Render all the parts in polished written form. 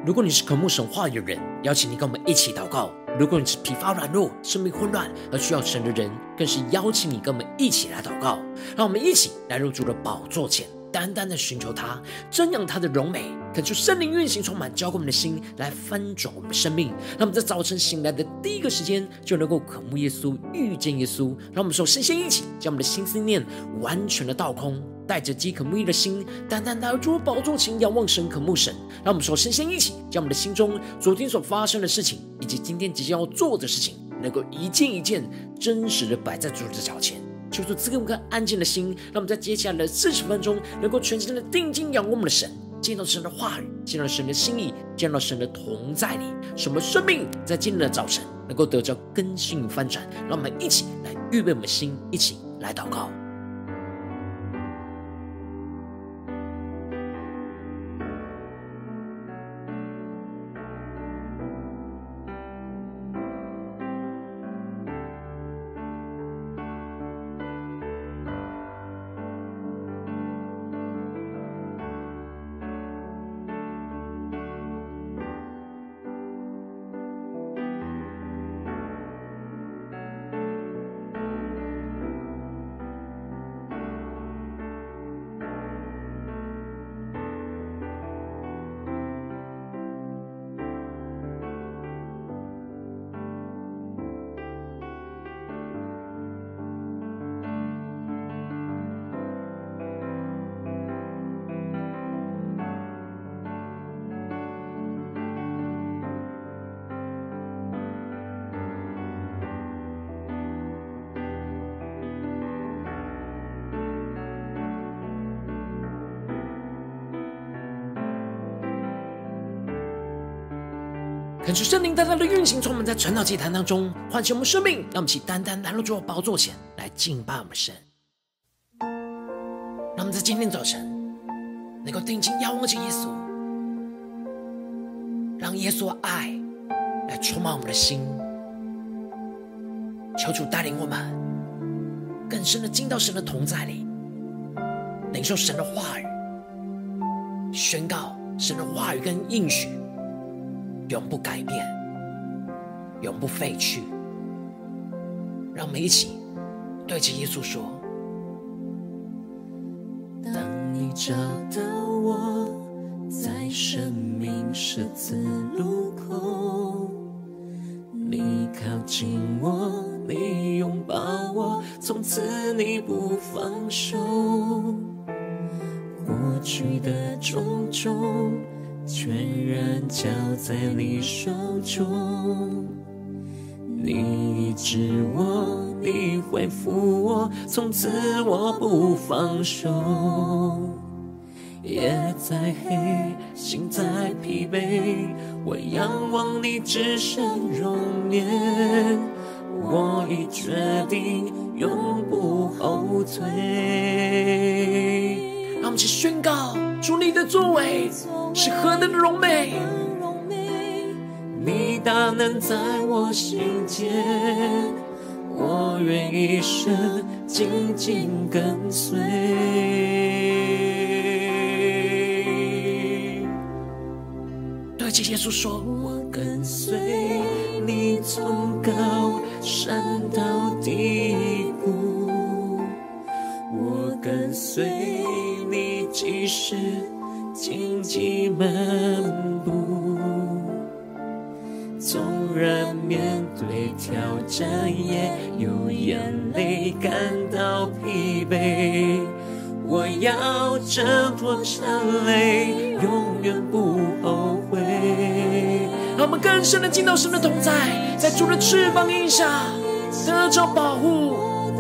如果你是渴慕神话语的人，邀请你跟我们一起祷告；如果你是疲乏软弱、生命混乱而需要神的人，更是邀请你跟我们一起来祷告。让我们一起来入主的宝座前，单单的寻求他，瞻仰他的荣美，恳求圣灵运行充满，浇灌我们的心，来翻转我们的生命。让我们在早晨醒来的第一个时间，就能够渴慕耶稣，遇见耶稣。让我们首先一起将我们的心思念完全的倒空，带着饥渴慕义的心，单单来到主的宝座前，仰望神，渴慕神。让我们首先一起将我们的心中昨天所发生的事情，以及今天即将要做的事情，能够一件一件真实的摆在主的脚前。求主赐给我们一颗安静的心，让我们在接下来的40分钟，能够全心的定睛仰望我们的神，见到神的话语，见到神的心意，见到神的同在里，使我们生命在今天的早晨能够得到更新与翻转。让我们一起来预备我们的心，一起来祷告。恳求圣灵单单的运行，从我们在传道祭坛当中唤醒我们生命，让我们一起单单来到主的宝座前来敬拜我们神。让我们在今天早晨能够定睛仰望着耶稣，让耶稣的爱来充满我们的心。求主带领我们更深的进到神的同在里，领受神的话语，宣告神的话语跟应许永不改变，永不废去。让我们一起对着耶稣说： 当你找到我，在生命十字路口，你靠近我，你拥抱我，从此你不放手。过去的种种全然交在你手中，你医治我，你恢复我，从此我不放手。夜再黑，心再疲惫，我仰望你至圣容颜，我已决定永不后退。 让我们一起宣告主你的作为是何等的荣美， 你大能在我心间，我愿一生紧紧跟随。 对着耶稣说： 我跟随你从高山到低谷，我跟随你即使荆棘漫步，纵然面对挑战也有眼泪感到疲惫，我要挣脱尘累，永远不后悔。 让我们更深的进到神的同在，在主的翅膀荫下得着保护。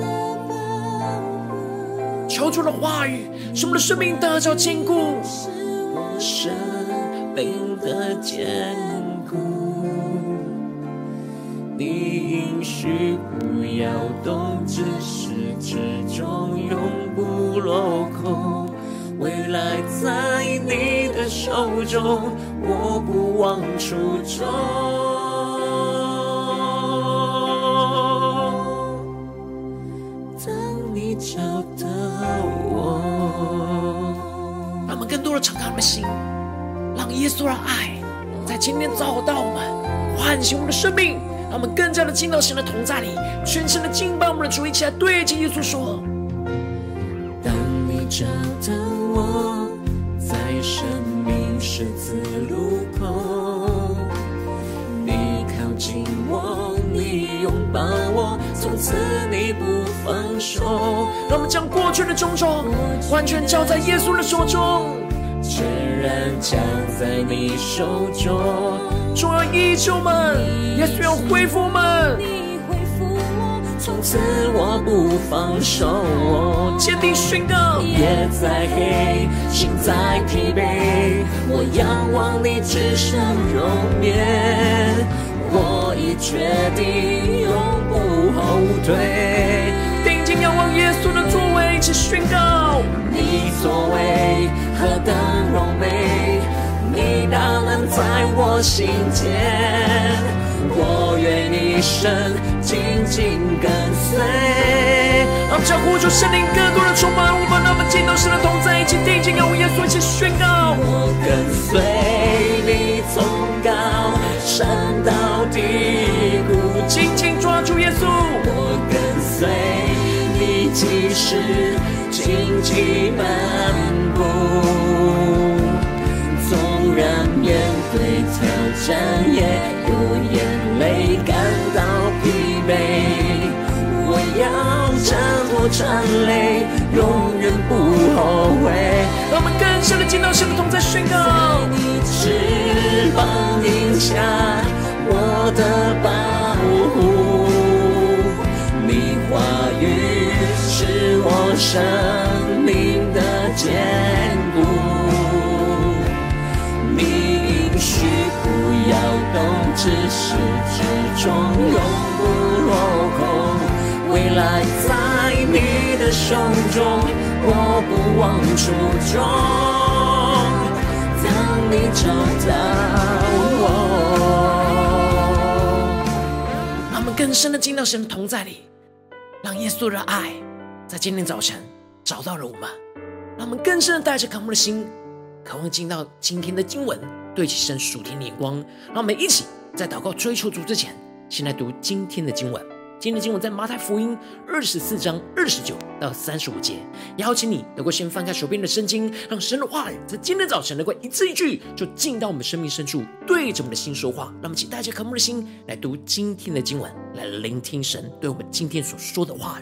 求主的话语使我们的生命得着坚固， 是我生命的坚固。你应许不要动，自始至终永不落空。未来在你的手中，我不忘初衷。当你找到我， 让我们更多的敞开我们的心，让耶稣的爱在今天找到我们，唤醒我们的生命，让我们更加的进到神的同在里，全身的敬拜我们的主，一起来对着耶稣说： 当你找到我，在生命十字路口，你靠近我，你拥抱我，从此你不放手。 让我们将过去的种种完全交在耶稣的手中， 全然交在你手中。 主要医治我们，耶稣要恢复我们， 你恢复我，从此我不放手。 坚定宣告， 夜再黑，心再疲惫，我仰望你至圣容颜，我已决定永不后退。 定睛仰望耶稣的作为，一起宣告， 你作为何等荣美，你大能在我心间，我愿一生紧紧跟随。 让我们将呼求圣灵更多的充满我们，让我们进到神的同在，一起定睛仰望耶稣，一起宣告， 我跟随你从高山到低谷， 紧紧抓住耶稣， 我跟随你即使荆棘漫步，纵然面对挑战也有眼泪感到疲惫，我要挣脱战累，永远不后悔。 让我们更深的进到神的同在，宣告， 你翅膀荫下我的保护，你话语是我生命的坚固，你应许不要动，至始至终永不落空。未来在你的手中，我不忘初衷。当你找到我， 让我们更深的进到神的同在里，让耶稣的爱在今天早晨找到了我们，让我们更深的带着渴慕的心，渴望进到今天的经文，对齐神属天的眼光。让我们一起在祷告追求主之前，先来读今天的经文。今天的经文在马太福音24章29到35节。邀请你能够先翻开手边的圣经，让神的话语在今天早晨能够一字一句就进到我们生命深处，对着我们的心说话。让我们请带着渴慕的心来读今天的经文，来聆听神对我们今天所说的话语。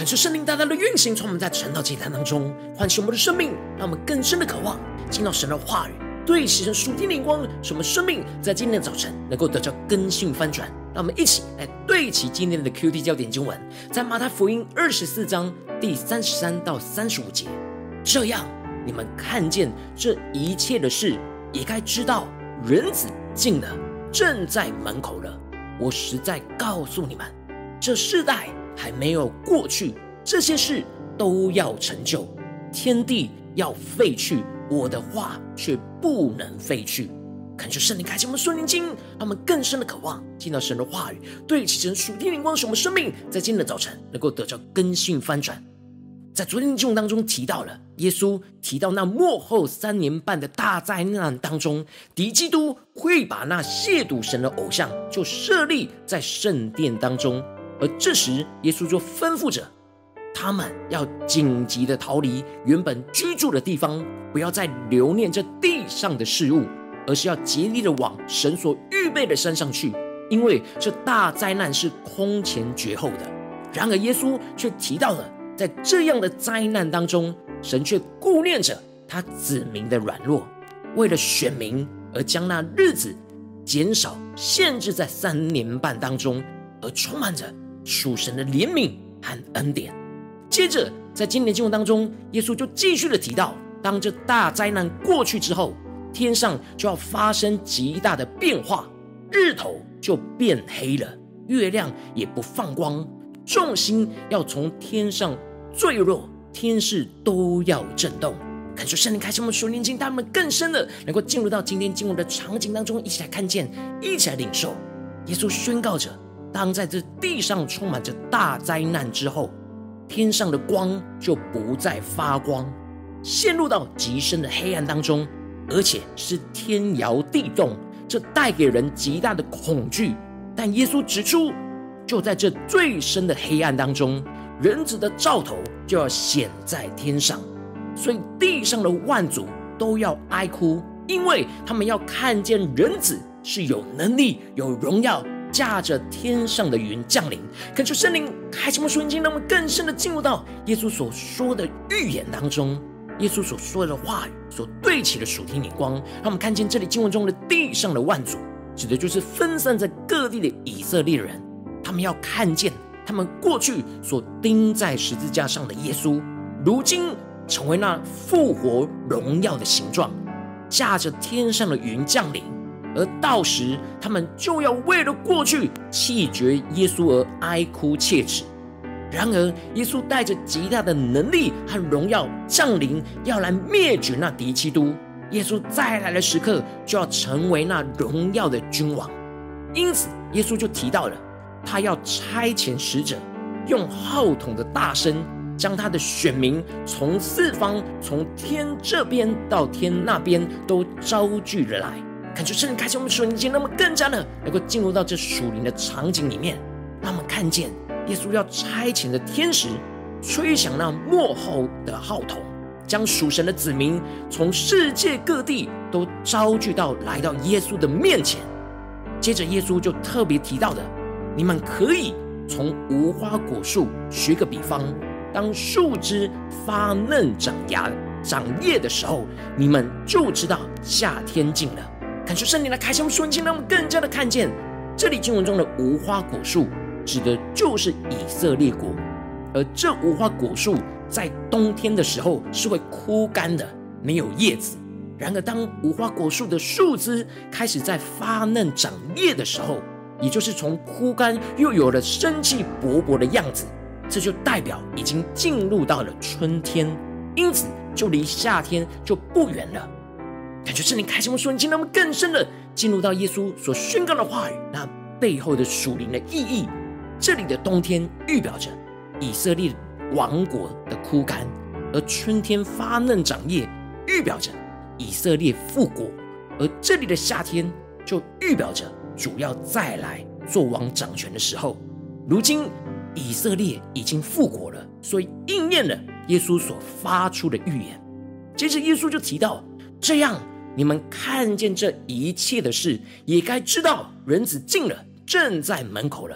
感谢圣灵大大的运行，从我们在晨祷祭坛当中唤醒我们的生命，让我们更深的渴望进到神的话语，对齐神属天灵光，使我们生命在今天的早晨能够得到更新翻转。让我们一起来对齐今天的 QT 焦点经文，在马太福音24章第33到35节。这样你们看见这一切的事，也该知道人子近了，正在门口了。我实在告诉你们，这世代还没有过去，这些事都要成就。天地要废去，我的话却不能废去。恳求圣灵开启我们属灵经，让我们更深的渴望进到神的话语，对齐神属天灵光，使我们生命在今天的早晨能够得到更新翻转。在昨天的经文当中提到了，耶稣提到那末后3年半的大灾难当中，敌基督会把那亵渎神的偶像就设立在圣殿当中，而这时耶稣就吩咐着他们要紧急的逃离原本居住的地方，不要再留念这地上的事物，而是要竭力的往神所预备的山上去，因为这大灾难是空前绝后的。然而耶稣却提到了，在这样的灾难当中，神却顾念着他子民的软弱，为了选民而将那日子减少，限制在3年半当中，而充满着属神的怜悯和恩典。接着在今天的经文当中，耶稣就继续的提到，当这大灾难过去之后，天上就要发生极大的变化，日头就变黑了，月亮也不放光，众星要从天上坠落，天势都要震动。恳求圣灵开启我们属灵经，带我们更深的能够进入到今天经文的场景当中，一起来看见，一起来领受。耶稣宣告着，当在这地上充满着大灾难之后，天上的光就不再发光，陷入到极深的黑暗当中，而且是天摇地动，这带给人极大的恐惧。但耶稣指出，就在这最深的黑暗当中，人子的兆头就要显在天上，所以地上的万族都要哀哭，因为他们要看见人子是有能力有荣耀，驾着天上的云降临。恳求圣灵开启我们属灵经，让我们更深的进入到耶稣所说的预言当中，耶稣所说的话语所对齐的属天眼光，让我们看见这里经文中的地上的万族，指的就是分散在各地的以色列人。他们要看见他们过去所钉在十字架上的耶稣，如今成为那复活荣耀的形状，驾着天上的云降临。而到时他们就要为了过去弃绝耶稣而哀哭切齿。然而耶稣带着极大的能力和荣耀降临，要来灭绝那敌基督。耶稣再来的时刻就要成为那荣耀的君王。因此耶稣就提到了，他要差遣使者，用号筒的大声，将他的选民从四方，从天这边到天那边都招聚了来。恳求圣灵开启我们属灵经，让我们更加的能够进入到这属灵的场景里面，让我们看见耶稣要差遣的天使吹响那末后的号筒，将属神的子民从世界各地都招聚到来到耶稣的面前。接着耶稣就特别提到的，你们可以从无花果树学个比方，当树枝发嫩长芽长叶的时候，你们就知道夏天近了。恳求圣灵来开启我们属灵经，让我们更加的看见，这里经文中的无花果树指的就是以色列国，而这无花果树在冬天的时候是会枯干的，没有叶子。然而当无花果树的树枝开始在发嫩长叶的时候，也就是从枯干又有了生气勃勃的样子，这就代表已经进入到了春天，因此就离夏天就不远了。感觉圣灵开启我们属灵经，让我们更深的进入到耶稣所宣告的话语那背后的属灵的意义。这里的冬天预表着以色列王国的枯干，而春天发嫩长叶预表着以色列复国，而这里的夏天就预表着主要再来做王掌权的时候。如今以色列已经复国了，所以应验了耶稣所发出的预言。接着耶稣就提到，这样你们看见这一切的事，也该知道人子近了，正在门口了。恳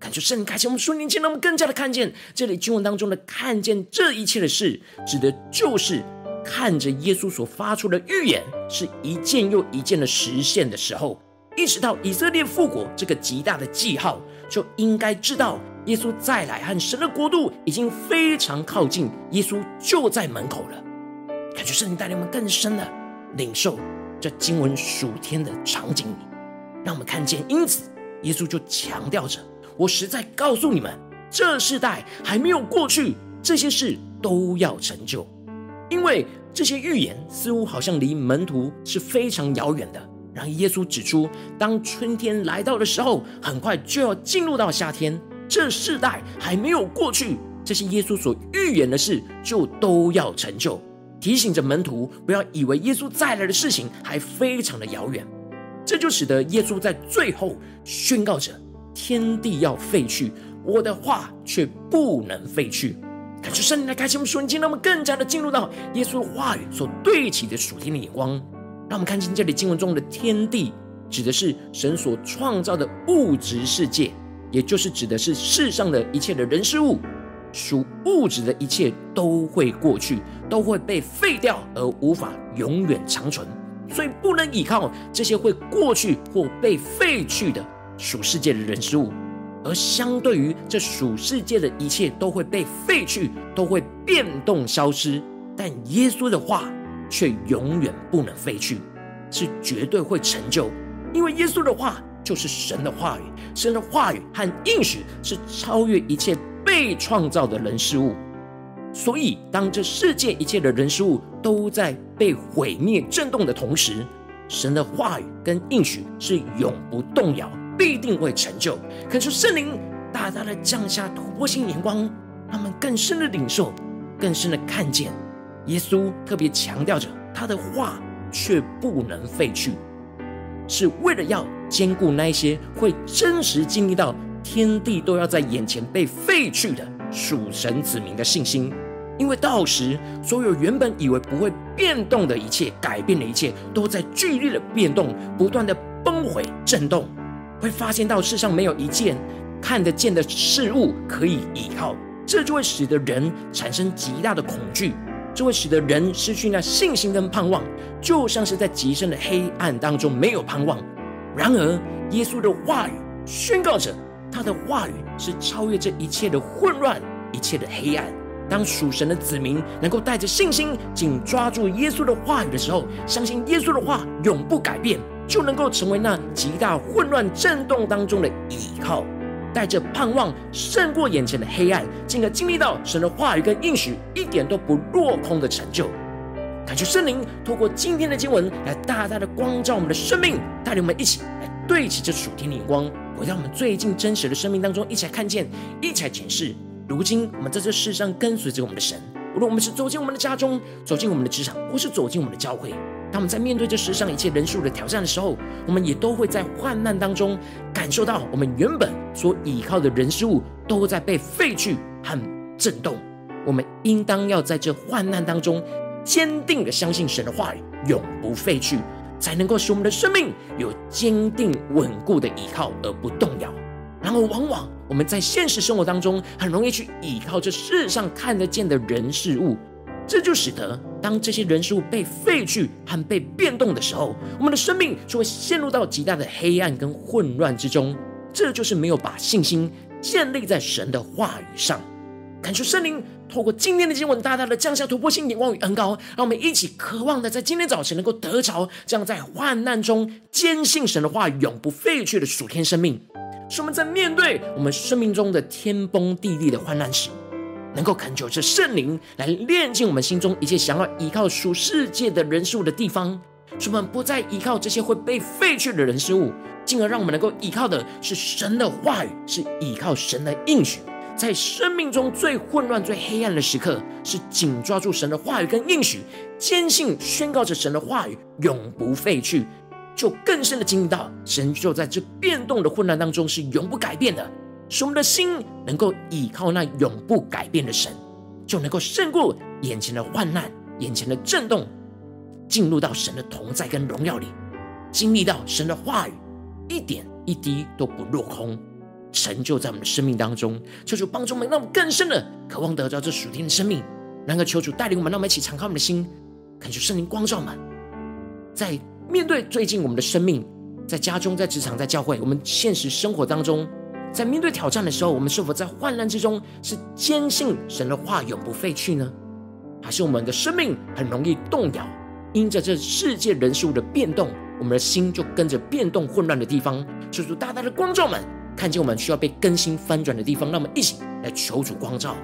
感谢圣灵开启我们属灵见，让我们更加的看见这里经文当中的看见这一切的事，指的就是看着耶稣所发出的预言是一件又一件的实现的时候，一直到以色列复国这个极大的记号，就应该知道耶稣再来和神的国度已经非常靠近，耶稣就在门口了。感觉圣灵带领我们更深的领受这经文属天的场景里，让我们看见，因此耶稣就强调着，我实在告诉你们，这世代还没有过去，这些事都要成就。因为这些预言似乎好像离门徒是非常遥远的，然而耶稣指出，当春天来到的时候，很快就要进入到夏天，这世代还没有过去，这些耶稣所预言的事就都要成就，提醒着门徒不要以为耶稣再来的事情还非常的遥远。这就使得耶稣在最后宣告着，天地要废去，我的话却不能废去。感谢圣灵来开启我们属灵经，让我们更加的进入到耶稣的话语所对齐的属天的眼光。让我们看见这里经文中的天地，指的是神所创造的物质世界，也就是指的是世上的一切的人事物，属物质的一切都会过去，都会被废掉，而无法永远长存，所以不能依靠这些会过去或被废去的属世界的人事物。而相对于这属世界的一切都会被废去，都会变动消失，但耶稣的话却永远不能废去，是绝对会成就。因为耶稣的话就是神的话语，神的话语和应许是超越一切被创造的人事物。所以当这世界一切的人事物都在被毁灭震动的同时，神的话语跟应许是永不动摇，必定会成就。恳求圣灵大大的降下突破性眼光，让我们更深的领受，更深的看见耶稣特别强调着他的话却不能废去，是为了要兼顾那一些会真实经历到天地都要在眼前被废去的属神子民的信心。因为到时所有原本以为不会变动的一切，改变的一切，都在剧烈的变动，不断的崩毁震动，会发现到世上没有一件看得见的事物可以依靠，这就会使得人产生极大的恐惧，这会使得人失去那信心跟盼望，就像是在极深的黑暗当中没有盼望。然而耶稣的话语宣告着，他的话语是超越这一切的混乱，一切的黑暗。当属神的子民能够带着信心紧抓住耶稣的话语的时候，相信耶稣的话永不改变，就能够成为那极大混乱震动当中的依靠，带着盼望胜过眼前的黑暗，进而经历到神的话语跟应许一点都不落空的成就。感谢圣灵透过今天的经文来大大的光照我们的生命，带领我们一起来对齐这属天的眼光，回到我们最近真实的生命当中，一起来看见，一起来检视。如今我们在这世上跟随着我们的神，无论我们是走进我们的家中，走进我们的职场，或是走进我们的教会，当我们在面对这世上一切人数的挑战的时候，我们也都会在患难当中感受到我们原本所依靠的人事物都在被废去和震动。我们应当要在这患难当中坚定的相信神的话语永不废去，才能够使我们的生命有坚定稳固的依靠而不动摇。然而往往我们在现实生活当中很容易去依靠这世上看得见的人事物，这就使得当这些人事物被废去和被变动的时候，我们的生命就会陷入到极大的黑暗跟混乱之中。这就是没有把信心建立在神的话语上。感谢圣灵透过今天的经文大大的降下突破性眼光与恩膏，让我们一起渴望的在今天早晨能够得着这样在患难中坚信神的话语永不废去的属天生命，使我们在面对我们生命中的天崩地裂的患难时，能够恳求着圣灵来炼净我们心中一切想要依靠属世界的人事物的地方，使我们不再依靠这些会被废去的人事物，进而让我们能够依靠的是神的话语，是依靠神的应许。在生命中最混乱最黑暗的时刻，是紧抓住神的话语跟应许，坚信宣告着神的话语永不废去，就更深的经历到神就在这变动的混乱当中是永不改变的，使我们的心能够依靠那永不改变的神，就能够胜过眼前的患难，眼前的震动，进入到神的同在跟荣耀里，经历到神的话语一点一滴都不落空， 成就在我们的生命当中。求主帮助我们，让我们更深的渴望得到这属天的生命。然而求主带领我们，让我们一起敞开我们的心，恳求圣灵光照我们，在面对最近我们的生命，在家中、在职场、在教会，我们现实生活当中，在面对挑战的时候，我们是否在患难之中是坚信神的话永不废去呢？还是我们的生命很容易动摇，因着这世界人事物的变动，我们的心就跟着变动混乱的地方？求主大大的光照我们，看见我们需要被更新翻转的地方，让我们一起来求主光照。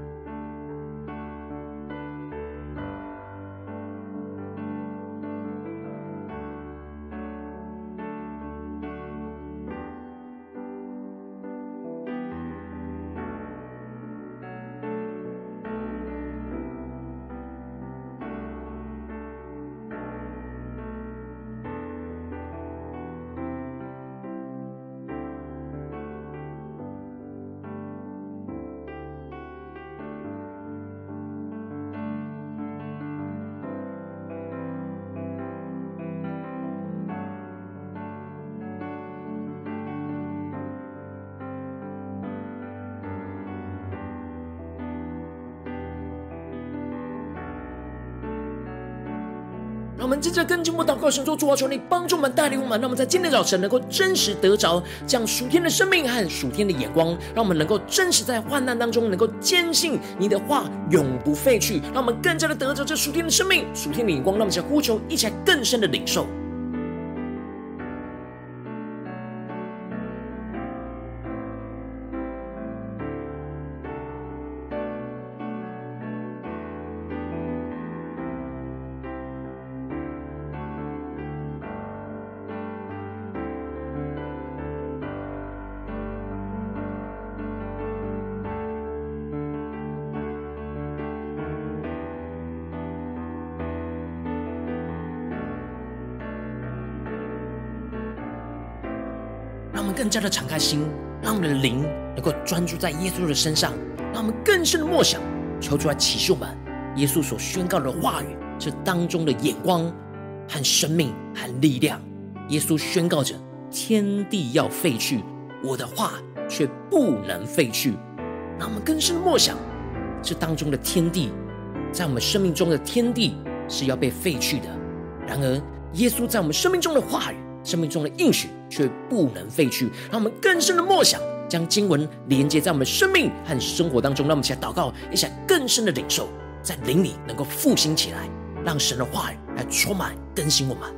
让我们接着更进一步祷告，神说：主啊，求你帮助我们，带领我们，让我们在今天早晨能够真实得着这样属天的生命和属天的眼光，让我们能够真实在患难当中能够坚信你的话永不废去，让我们更加的得着这属天的生命、属天的眼光，让我们一起呼求，一起来更深的领受。让我们更加的敞开心，让我们的灵能够专注在耶稣的身上，让我们更深的默想，求主来启示我们耶稣所宣告的话语，这当中的眼光和生命和力量。耶稣宣告着天地要废去，我的话却不能废去。让我们更深的默想，这当中的天地，在我们生命中的天地是要被废去的，然而耶稣在我们生命中的话语、生命中的应许却不能废去。让我们更深的默想，将经文连接在我们生命和生活当中。让我们一起来祷告，一起来更深的领受，在灵里能够复兴起来，让神的话语来充满更新我们。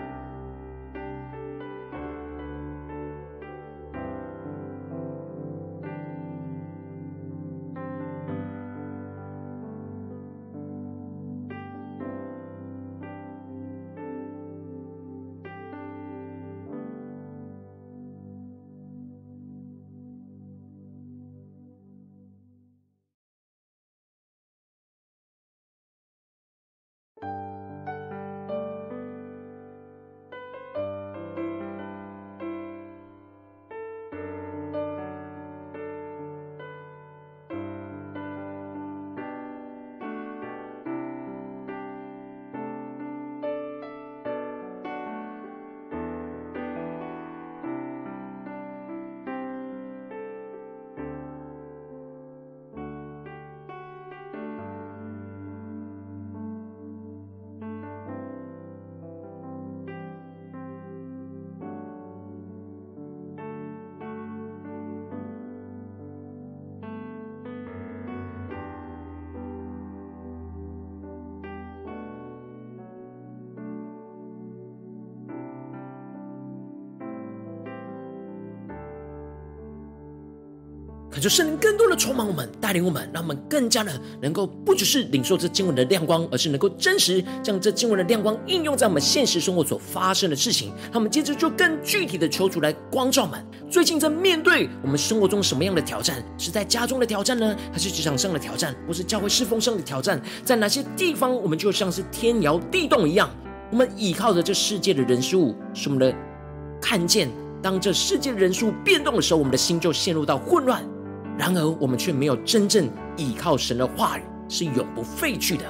恳求圣灵更多的充满我们，带领我们，让我们更加的能够不只是领受这经文的亮光，而是能够真实将这经文的亮光应用在我们现实生活所发生的事情。让我们接着就更具体的求主来光照我们，最近在面对我们生活中什么样的挑战？是在家中的挑战呢，还是职场上的挑战，或是教会侍奉上的挑战？在哪些地方我们就像是天摇地动一样？我们倚靠着这世界的人事物，使我们的看见，当这世界的人事物变动的时候，我们的心就陷入到混乱。然而我们却没有真正倚靠神的话语是永不废去的。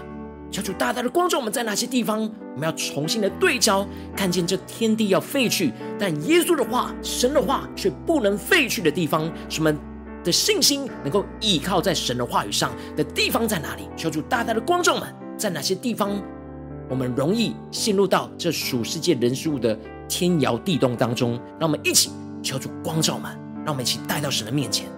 求主大大的光照我们，在哪些地方我们要重新的对焦，看见这天地要废去，但耶稣的话、神的话却不能废去的地方，使我们的信心能够依靠在神的话语上的地方在哪里？求主大大的光照我们，在哪些地方我们容易陷入到这属世界人事物的天摇地动当中？让我们一起求主光照我们，让我们一起带到神的面前。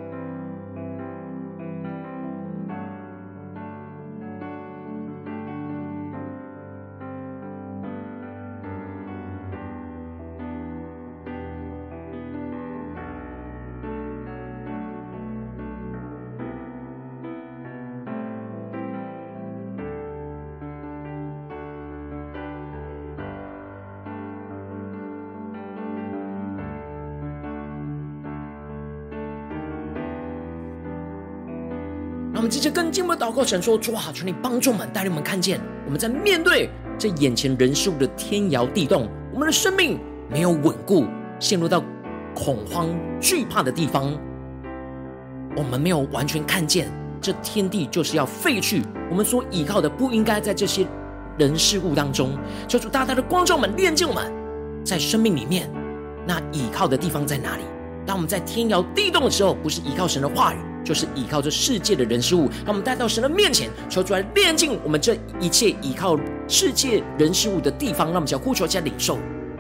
让我们接着更进一步的祷告，神说：主啊，求你帮助我们，带领我们看见我们在面对这眼前人事物的天摇地动，我们的生命没有稳固，陷入到恐慌惧怕的地方，我们没有完全看见这天地就是要废去，我们所依靠的不应该在这些人事物当中。求主大大的光照我们，炼净我们，在生命里面那依靠的地方在哪里？当我们在天摇地动的时候，不是依靠神的话语，就是依靠这世界的人事物，让我们带到神的面前，求主来炼净我们这一切依靠世界人事物的地方，让我们想呼求加领受。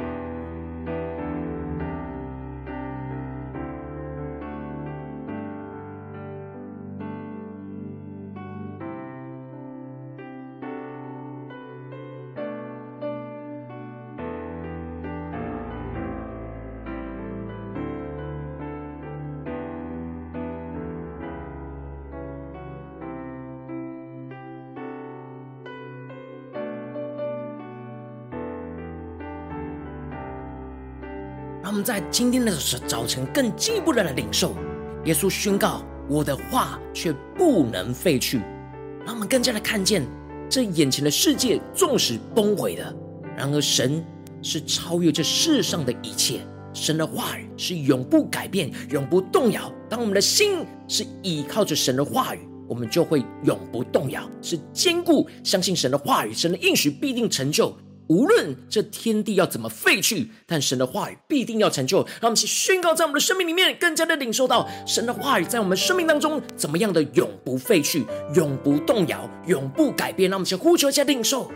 让我们在今天的早晨更进一步的来领受耶稣宣告：我的话却不能废去。让我们更加的看见这眼前的世界纵使崩毁了，然而神是超越这世上的一切，神的话语是永不改变、永不动摇。当我们的心是依靠着神的话语，我们就会永不动摇，是坚固相信神的话语，神的应许必定成就。无论这天地要怎么废去，但神的话语必定要成就。让我们一起宣告，在我们的生命里面更加的领受到神的话语在我们生命当中怎么样的永不废去、永不动摇、永不改变。让我们一起呼求一下领受。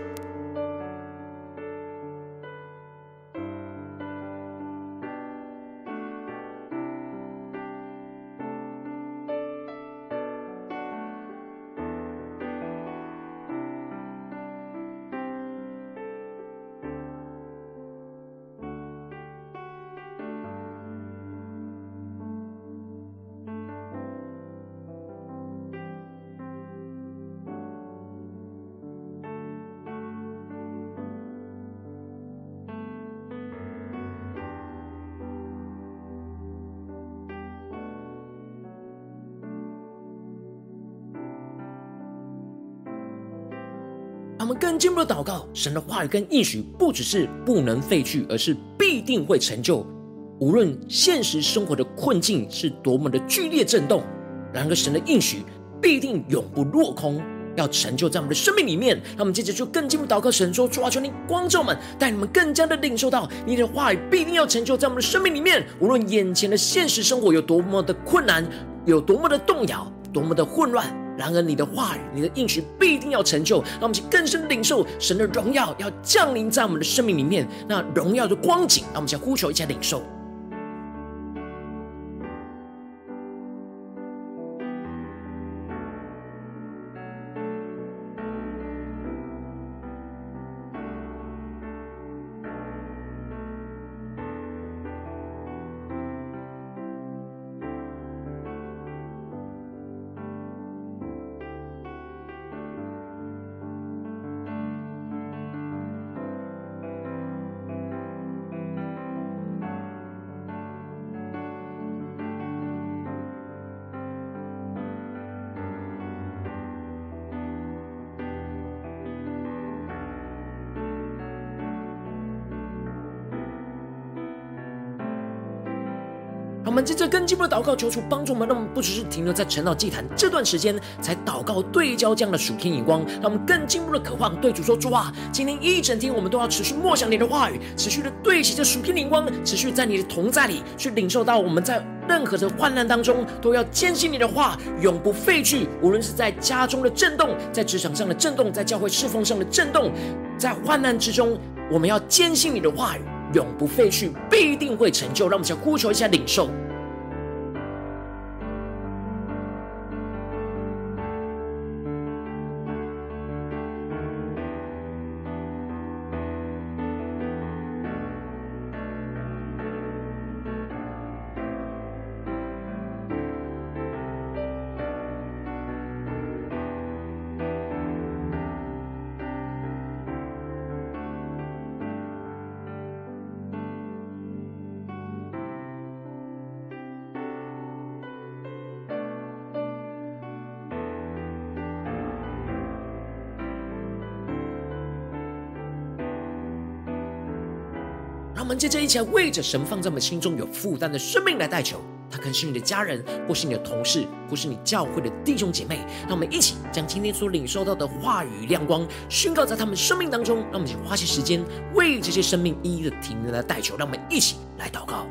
让我们更进一步的祷告，神的话语跟应许不只是不能废去，而是必定会成就。无论现实生活的困境是多么的剧烈震动，然而神的应许必定永不落空，要成就在我们的生命里面。让我们接着就更进一步祷告，神说：主啊，求你光照我们，带你们更加的领受到你的话语必定要成就在我们的生命里面。无论眼前的现实生活有多么的困难，有多么的动摇，多么的混乱，然而你的话语、你的应许必定要成就。让我们去更深领受神的荣耀要降临在我们的生命里面，那荣耀的光景，让我们先呼求一下领受。 让我们接着更进一步的祷告，求主帮助我们，让我们不只是停留在晨祷祭坛这段时间才祷告对焦这样的属天眼光，让我们更进一步的渴望对主说：主啊，今天一整天我们都要持续默想你的话语，持续的对齐这属天眼光，持续在你的同在里去领受到我们在任何的患难当中都要坚信你的话永不废去。无论是在家中的震动，在职场上的震动，在教会侍奉上的震动，在患难之中，我们要坚信你的话语永不废去，必定会成就。让我们想呼求一下领受。让我们接着一起来为着神放在我们心中有负担的生命来代求。他可能是你的家人，或是你的同事，或是你教会的弟兄姐妹。让我们一起将今天所领受到的话语亮光宣告在他们生命当中。让我们一起花些时间为这些生命一一的提名来代求。让我们一起来祷告。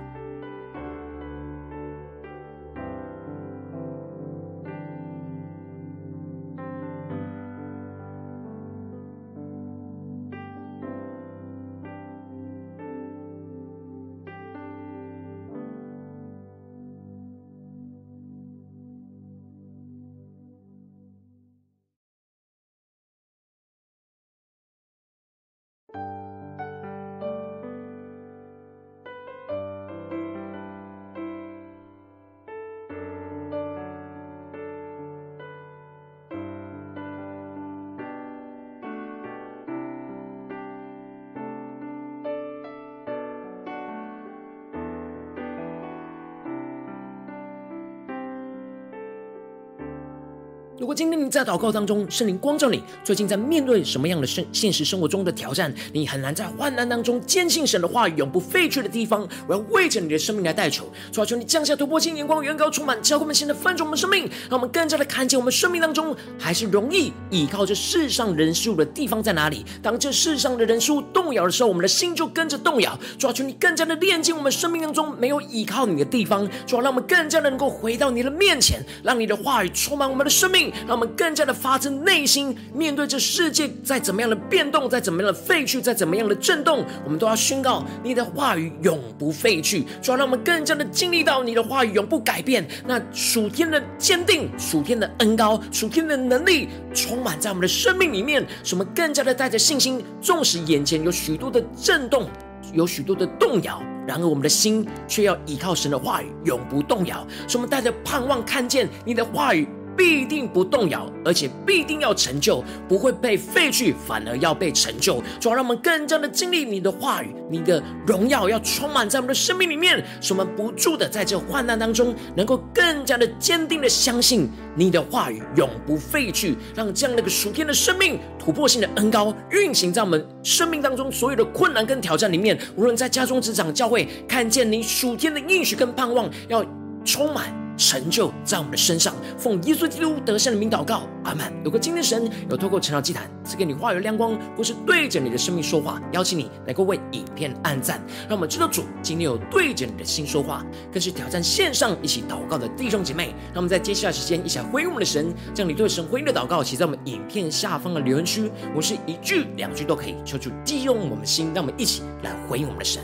如果今天你在祷告当中，圣灵光照你，最近在面对什么样的现实生活中的挑战，你很难在患难当中坚信神的话语永不废去的地方，我要为着你的生命来代求。主啊，求你降下突破性眼光，远高充满，教会我们现在翻转我们生命，让我们更加的看见我们生命当中还是容易倚靠这世上人事物的地方在哪里。当这世上的人事物动摇的时候，我们的心就跟着动摇。主啊，求你更加的炼净我们生命当中没有倚靠你的地方。主啊，让我们更加的能够回到你的面前，让你的话语充满我们的生命，让我们更加的发自内心面对这世界在怎么样的变动，在怎么样的废去，在怎么样的震动，我们都要宣告你的话语永不废去。主要让我们更加的经历到你的话语永不改变，那属天的坚定，属天的恩膏，属天的能力充满在我们的生命里面，使我们更加的带着信心，纵使眼前有许多的震动，有许多的动摇，然而我们的心却要依靠神的话语永不动摇，使我们带着盼望看见你的话语必定不动摇，而且必定要成就，不会被废去，反而要被成就。主要让我们更加的经历你的话语，你的荣耀要充满在我们的生命里面，使我们不住的在这患难当中能够更加的坚定的相信你的话语永不废去，让这样的一个属天的生命突破性的恩膏运行在我们生命当中所有的困难跟挑战里面，无论在家中职场教会，看见你属天的应许跟盼望要充满成就在我们的身上。奉耶稣基督得胜的名祷告，阿们。如果今天神有透过晨祷祭坛赐给你话语亮光，或是对着你的生命说话，邀请你能够为影片按赞，让我们知道主今天有对着你的心说话，更是挑战线上一起祷告的弟兄姐妹。让我们在接下来时间一起来回应我们的神，将你对神回应的祷告写在我们影片下方的留言区，我是一句两句都可以，求主激动我们的心，让我们一起来回应我们的神。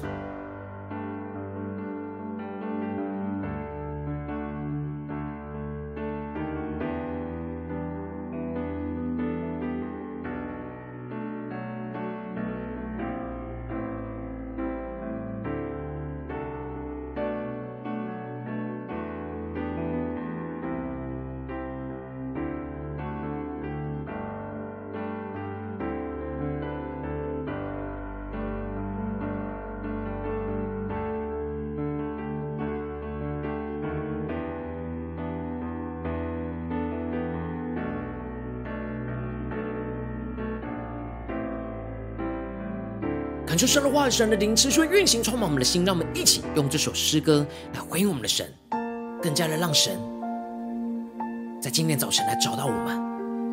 恳求神的话语、神的灵持续运行充满我们的心，让我们一起用这首诗歌来回应我们的神，更加的让神在今天早晨来找到我们。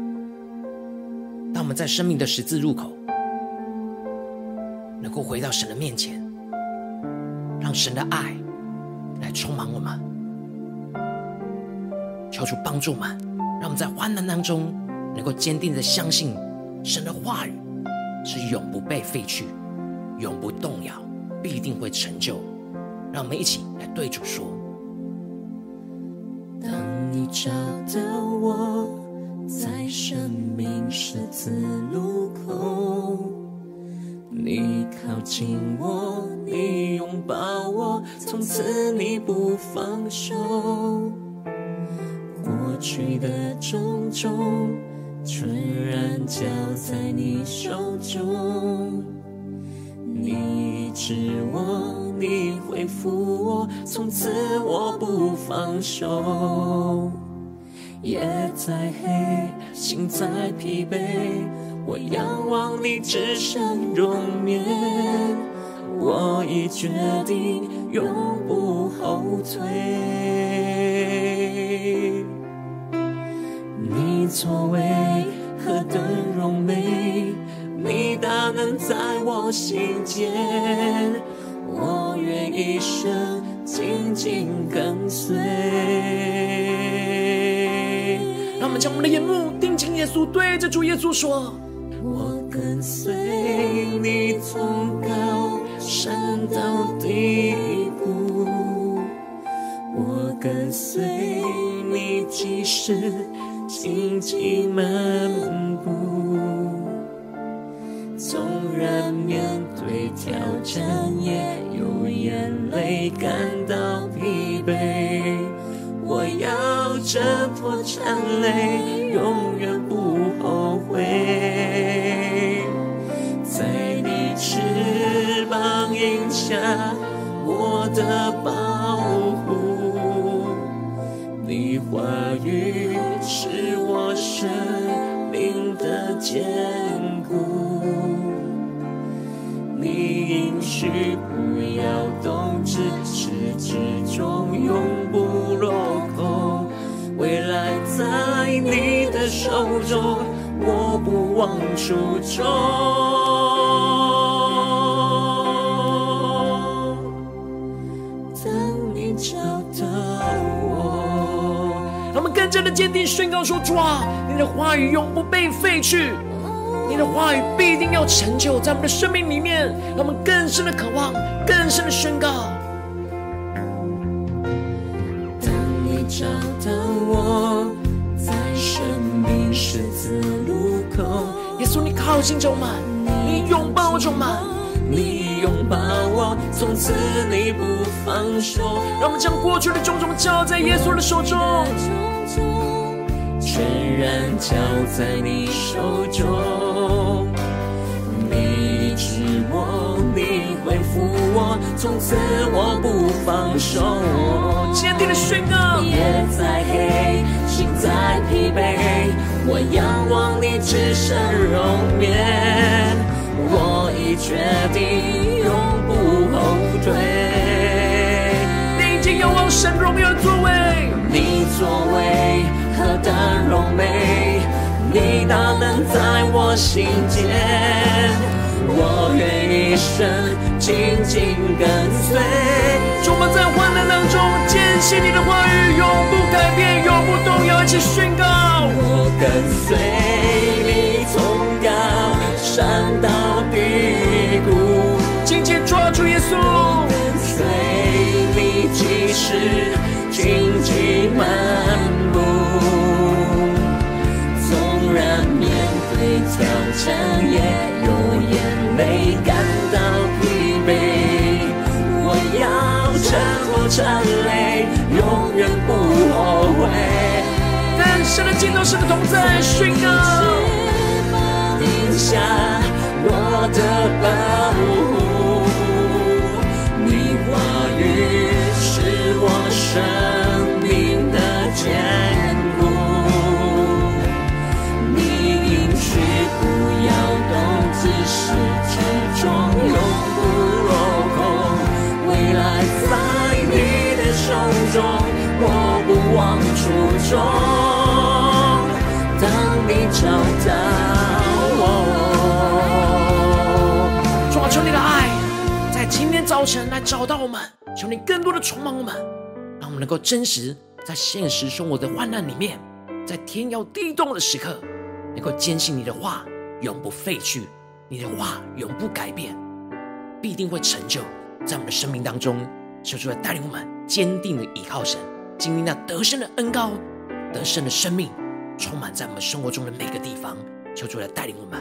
当我们在生命的十字路口能够回到神的面前，让神的爱来充满我们，求主帮助我们，让我们在患难当中能够坚定的相信神的话语是永不被废去，永不动摇，必定会成就。让我们一起来对主说： 当你找到我，在生命十字路口，你靠近我，你拥抱我，从此你不放手。过去的种种全然交在你手中，你医治我，你恢复我，从此我不放手。夜再黑，心再疲惫，我仰望你至圣容颜，我已决定永不后退。你作为何等荣美，你大能在我心间，我愿一生紧紧跟随。 让我们将我们的眼目定睛耶稣，对着主耶稣说： 我跟随你从高山到低谷，我跟随你即使荆棘漫步，纵然面对挑战也有眼泪感到疲惫，我要挣脱缠累，永远不后悔。在你翅膀荫下，我的保护，你话语是我生命的坚固，你应许不要动，至始至终永不落空，未来在你的手中，我不忘初衷。当你找到我， 让我们更加的坚定宣告说：主啊，你的话语永不被废去，你的话语必定要成就在我们的生命里面，让我们更深的渴望，更深的宣告。 当你找到我，在生命十字路口， 耶稣，你靠近着我们，你拥抱着我们， 你拥抱我，从此你不放手。 让我们将过去的种种交在耶稣的手中， 全然交在你手中，你医治我，你恢复我，从此我不放手。 坚定的宣告： 夜再黑，心再疲惫，我仰望你至圣容颜，我已决定永不后退。 你已经仰望神荣耀的作为， 你作为何等荣美，你大能在我心间，我愿一生紧紧跟随。 主，我们在患难当中坚信你的话语永不改变，永不动摇，一起宣告： 我跟随你从高山到低谷， 紧紧抓住耶稣， 跟随你即使荆棘漫步，纵然面对挑战也有眼泪感到疲惫，我要挣脱缠累，永远不后悔。 更深的敬拜，神的同在，宣告： 你下我的保护，你话语是我生命的坚固，你应许不要动，自始至终永中，当你找到我。 主啊，求你的爱在今天早晨来找到我们，求你更多的充满我们，让我们能够真实在现实生活的患难里面，在天摇地动的时刻，能够坚信你的话永不废去，你的话永不改变，必定会成就在我们的生命当中。求主来带领我们坚定的依靠神，经历那得胜的恩膏，得胜的生命充满在我们生活中的每个地方。求主来带领我们。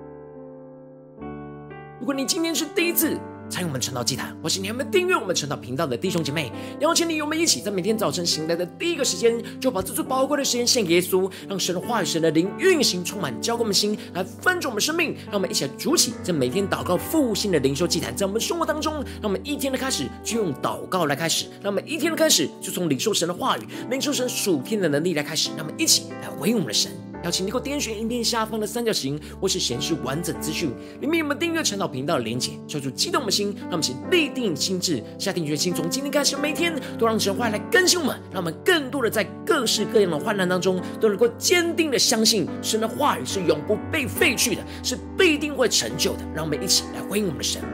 如果你今天是第一次参与我们晨祷祭坛，或是你还没有订阅我们晨祷频道的弟兄姐妹，邀请你与我们一起在每天早晨醒来的第一个时间，就把这最宝贵的时间献给耶稣，让神的话语、神的灵运行充满，浇灌我们心，来分盛我们生命。让我们一起来筑起这每天祷告复兴的灵修祭坛，在我们生活当中，让我们一天的开始就用祷告来开始，让我们一天的开始就从领受神的话语、领受神属天的能力来开始。让我们一起来回应我们的神。邀请你给我点选影片下方的三角形，或是显示完整资讯里面有没有订阅晨祷频道的连结，求主激动我们的心，让我们一起立定心志，下定决心，从今天开始每天都让神话来更新我们，让我们更多的在各式各样的患难当中都能够坚定的相信神的话语是永不被废去的，是必定会成就的。让我们一起来回应我们的神。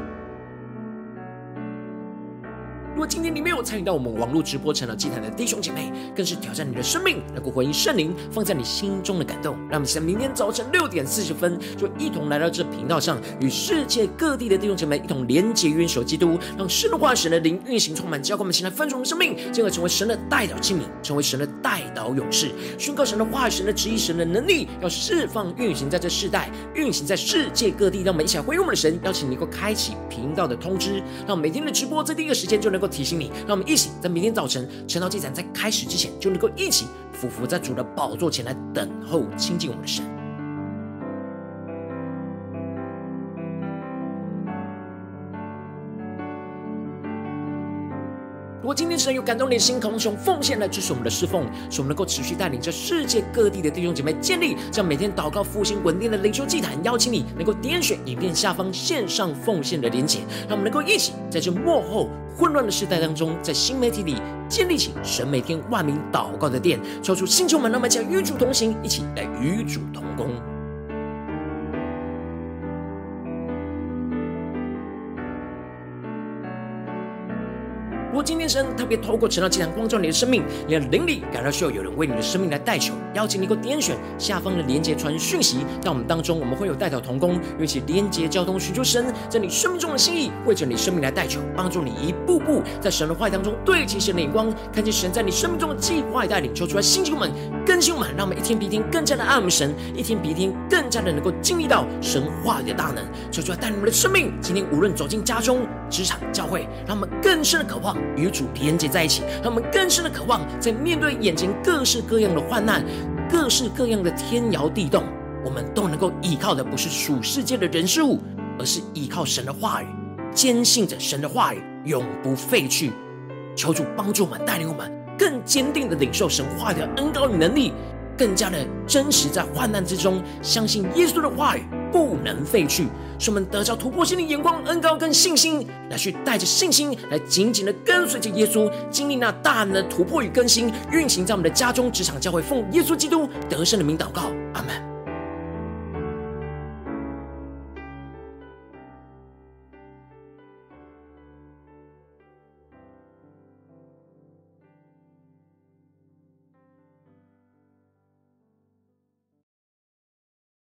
如果今天你没有参与到我们网络直播晨祷祭坛的弟兄姐妹，更是挑战你的生命，能够回应圣灵放在你心中的感动。让我们在明天早晨6点40分，就一同来到这频道上，与世界各地的弟兄姐妹一同连结元首基督，让神的话语、神的灵运行充满，浇灌我们心，来分盛我们生命，进而成为神的代祷器皿，成为神的代祷勇士，宣告神的话语、神的旨意、神的能力，要释放运行在这世代，运行在世界各地。让我们一起来回应我们的神，邀请你能够开启频道的通知，让每天的直播在第一个时间就能够提醒你。让我们一起在明天早晨晨祷祭坛在开始之前，就能够一起俯伏在主的宝座前来等候亲近我们的神。如果今天神有感动你的心，同时用奉献来支持我们的侍奉，使我们能够持续带领着世界各地的弟兄姐妹建立这样每天祷告复兴稳定的灵修祭坛。邀请你能够点选影片下方线上奉献的连结，让我们能够一起在这末后混乱的时代当中，在新媒体里建立起神每天万名祷告的殿，抽出星球们，让我们一起与主同行，一起来与主同工。如果今天神特别透过晨祷祭坛光照你的生命，你的灵里感到需要有人为你的生命来代求，邀请你能够点选下方的连结传讯息到我们当中，我们会有代祷同工，一起连结交通，寻求神在你生命中的心意，为着你生命来代求，帮助你一步步在神的话语当中对齐神的眼光，看见神在你生命中的计划与带领，求出来兴起我们，更新我们，让我们一天比一天更加的爱我们神，一天比一天更加的能够经历到神话语的大能，求出来带领我们的生命。今天无论走进家中、职场、教会，让我们更深的渴望与主连结在一起，让我们更深的渴望在面对眼前各式各样的患难、各式各样的天摇地动，我们都能够依靠的不是属世界的人事物，而是依靠神的话语，坚信着神的话语永不废去。求主帮助我们，带领我们更坚定的领受神话语的恩膏与能力，更加的真实在患难之中，相信耶稣的话语不能废去，使我们得着突破性的眼光、恩膏跟信心，来去带着信心来紧紧的跟随着耶稣，经历那大能的突破与更新，运行在我们的家中、职场、教会，奉耶稣基督得胜的名祷告，阿们。